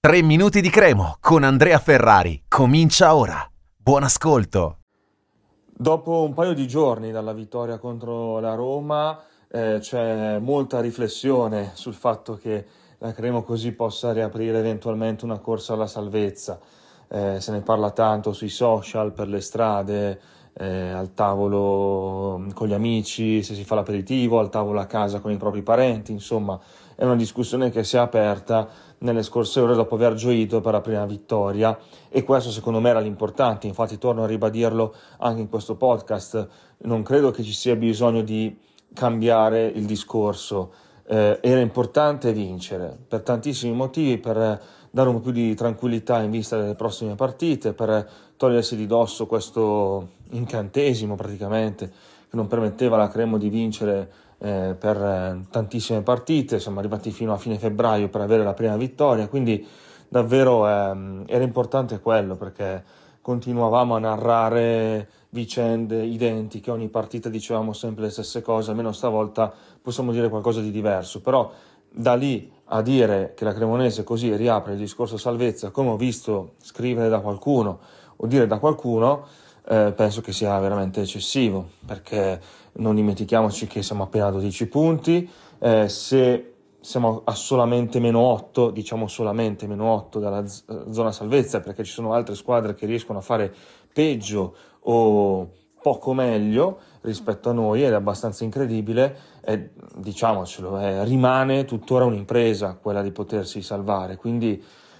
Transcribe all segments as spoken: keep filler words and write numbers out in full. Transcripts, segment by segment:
Tre minuti di Cremo con Andrea Ferrari. Comincia ora. Buon ascolto. Dopo un paio di giorni dalla vittoria contro la Roma eh, c'è molta riflessione sul fatto che la Cremo così possa riaprire eventualmente una corsa alla salvezza. Eh, se ne parla tanto sui social, per le strade, eh, al tavolo con gli amici, se si fa l'aperitivo, al tavolo a casa con i propri parenti, insomma è una discussione che si è aperta nelle scorse ore dopo aver gioito per la prima vittoria, e questo secondo me era l'importante. Infatti torno a ribadirlo anche in questo podcast, non credo che ci sia bisogno di cambiare il discorso. Eh, era importante vincere per tantissimi motivi, per dare un po' più di tranquillità in vista delle prossime partite, per togliersi di dosso questo incantesimo praticamente che non permetteva alla Cremo di vincere eh, per eh, tantissime partite. Siamo arrivati fino a fine febbraio per avere la prima vittoria, quindi davvero ehm, era importante quello, perché continuavamo a narrare vicende identiche, ogni partita dicevamo sempre le stesse cose. Almeno stavolta possiamo dire qualcosa di diverso, però da lì a dire che la Cremonese così riapre il discorso salvezza, come ho visto scrivere da qualcuno o dire da qualcuno, eh, penso che sia veramente eccessivo, perché non dimentichiamoci che siamo appena a dodici punti, eh, se siamo a solamente meno otto, diciamo solamente meno otto dalla z- zona salvezza, perché ci sono altre squadre che riescono a fare peggio o poco meglio rispetto a noi, ed è abbastanza incredibile, e diciamocelo, eh, rimane tuttora un'impresa quella di potersi salvare. Quindi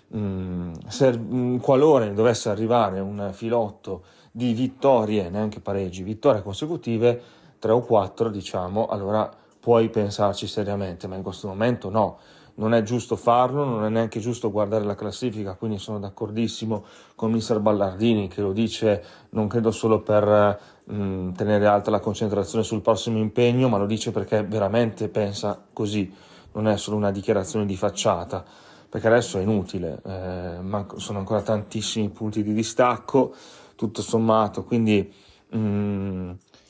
mh, se, mh, qualora ne dovesse arrivare un filotto di vittorie, neanche pareggi, vittorie consecutive, tre o quattro diciamo, allora puoi pensarci seriamente, ma in questo momento no. Non è giusto farlo, non è neanche giusto guardare la classifica, quindi sono d'accordissimo con mister Ballardini, che lo dice non credo solo per mh, tenere alta la concentrazione sul prossimo impegno, ma lo dice perché veramente pensa così, non è solo una dichiarazione di facciata, perché adesso è inutile, eh, ma sono ancora tantissimi punti di distacco, tutto sommato, quindi mh,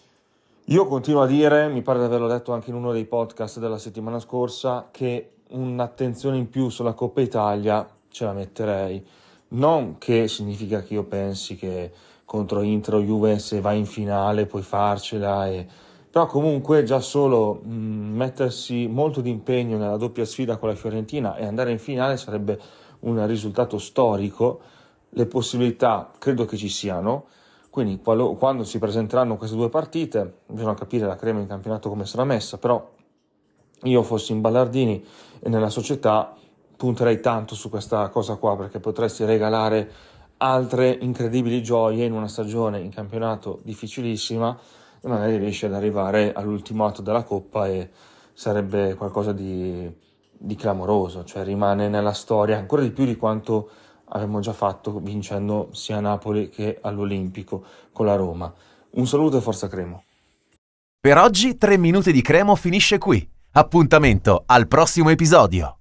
io continuo a dire, mi pare di averlo detto anche in uno dei podcast della settimana scorsa, che un'attenzione in più sulla Coppa Italia ce la metterei. Non che significa che io pensi che contro Inter o Juve, se vai in finale puoi farcela, e... però comunque già solo mh, mettersi molto di impegno nella doppia sfida con la Fiorentina e andare in finale sarebbe un risultato storico. Le possibilità credo che ci siano, quindi quando, quando si presenteranno queste due partite bisogna capire la Crema in campionato come sarà messa, però io fossi in Ballardini e nella società punterei tanto su questa cosa qua, perché potresti regalare altre incredibili gioie in una stagione in campionato difficilissima, e magari riesci ad arrivare all'ultimo atto della Coppa e sarebbe qualcosa di, di clamoroso, cioè rimane nella storia ancora di più di quanto abbiamo già fatto vincendo sia a Napoli che all'Olimpico con la Roma. Un saluto e forza Cremo. Per oggi tre minuti di Cremo finisce qui. Appuntamento al prossimo episodio.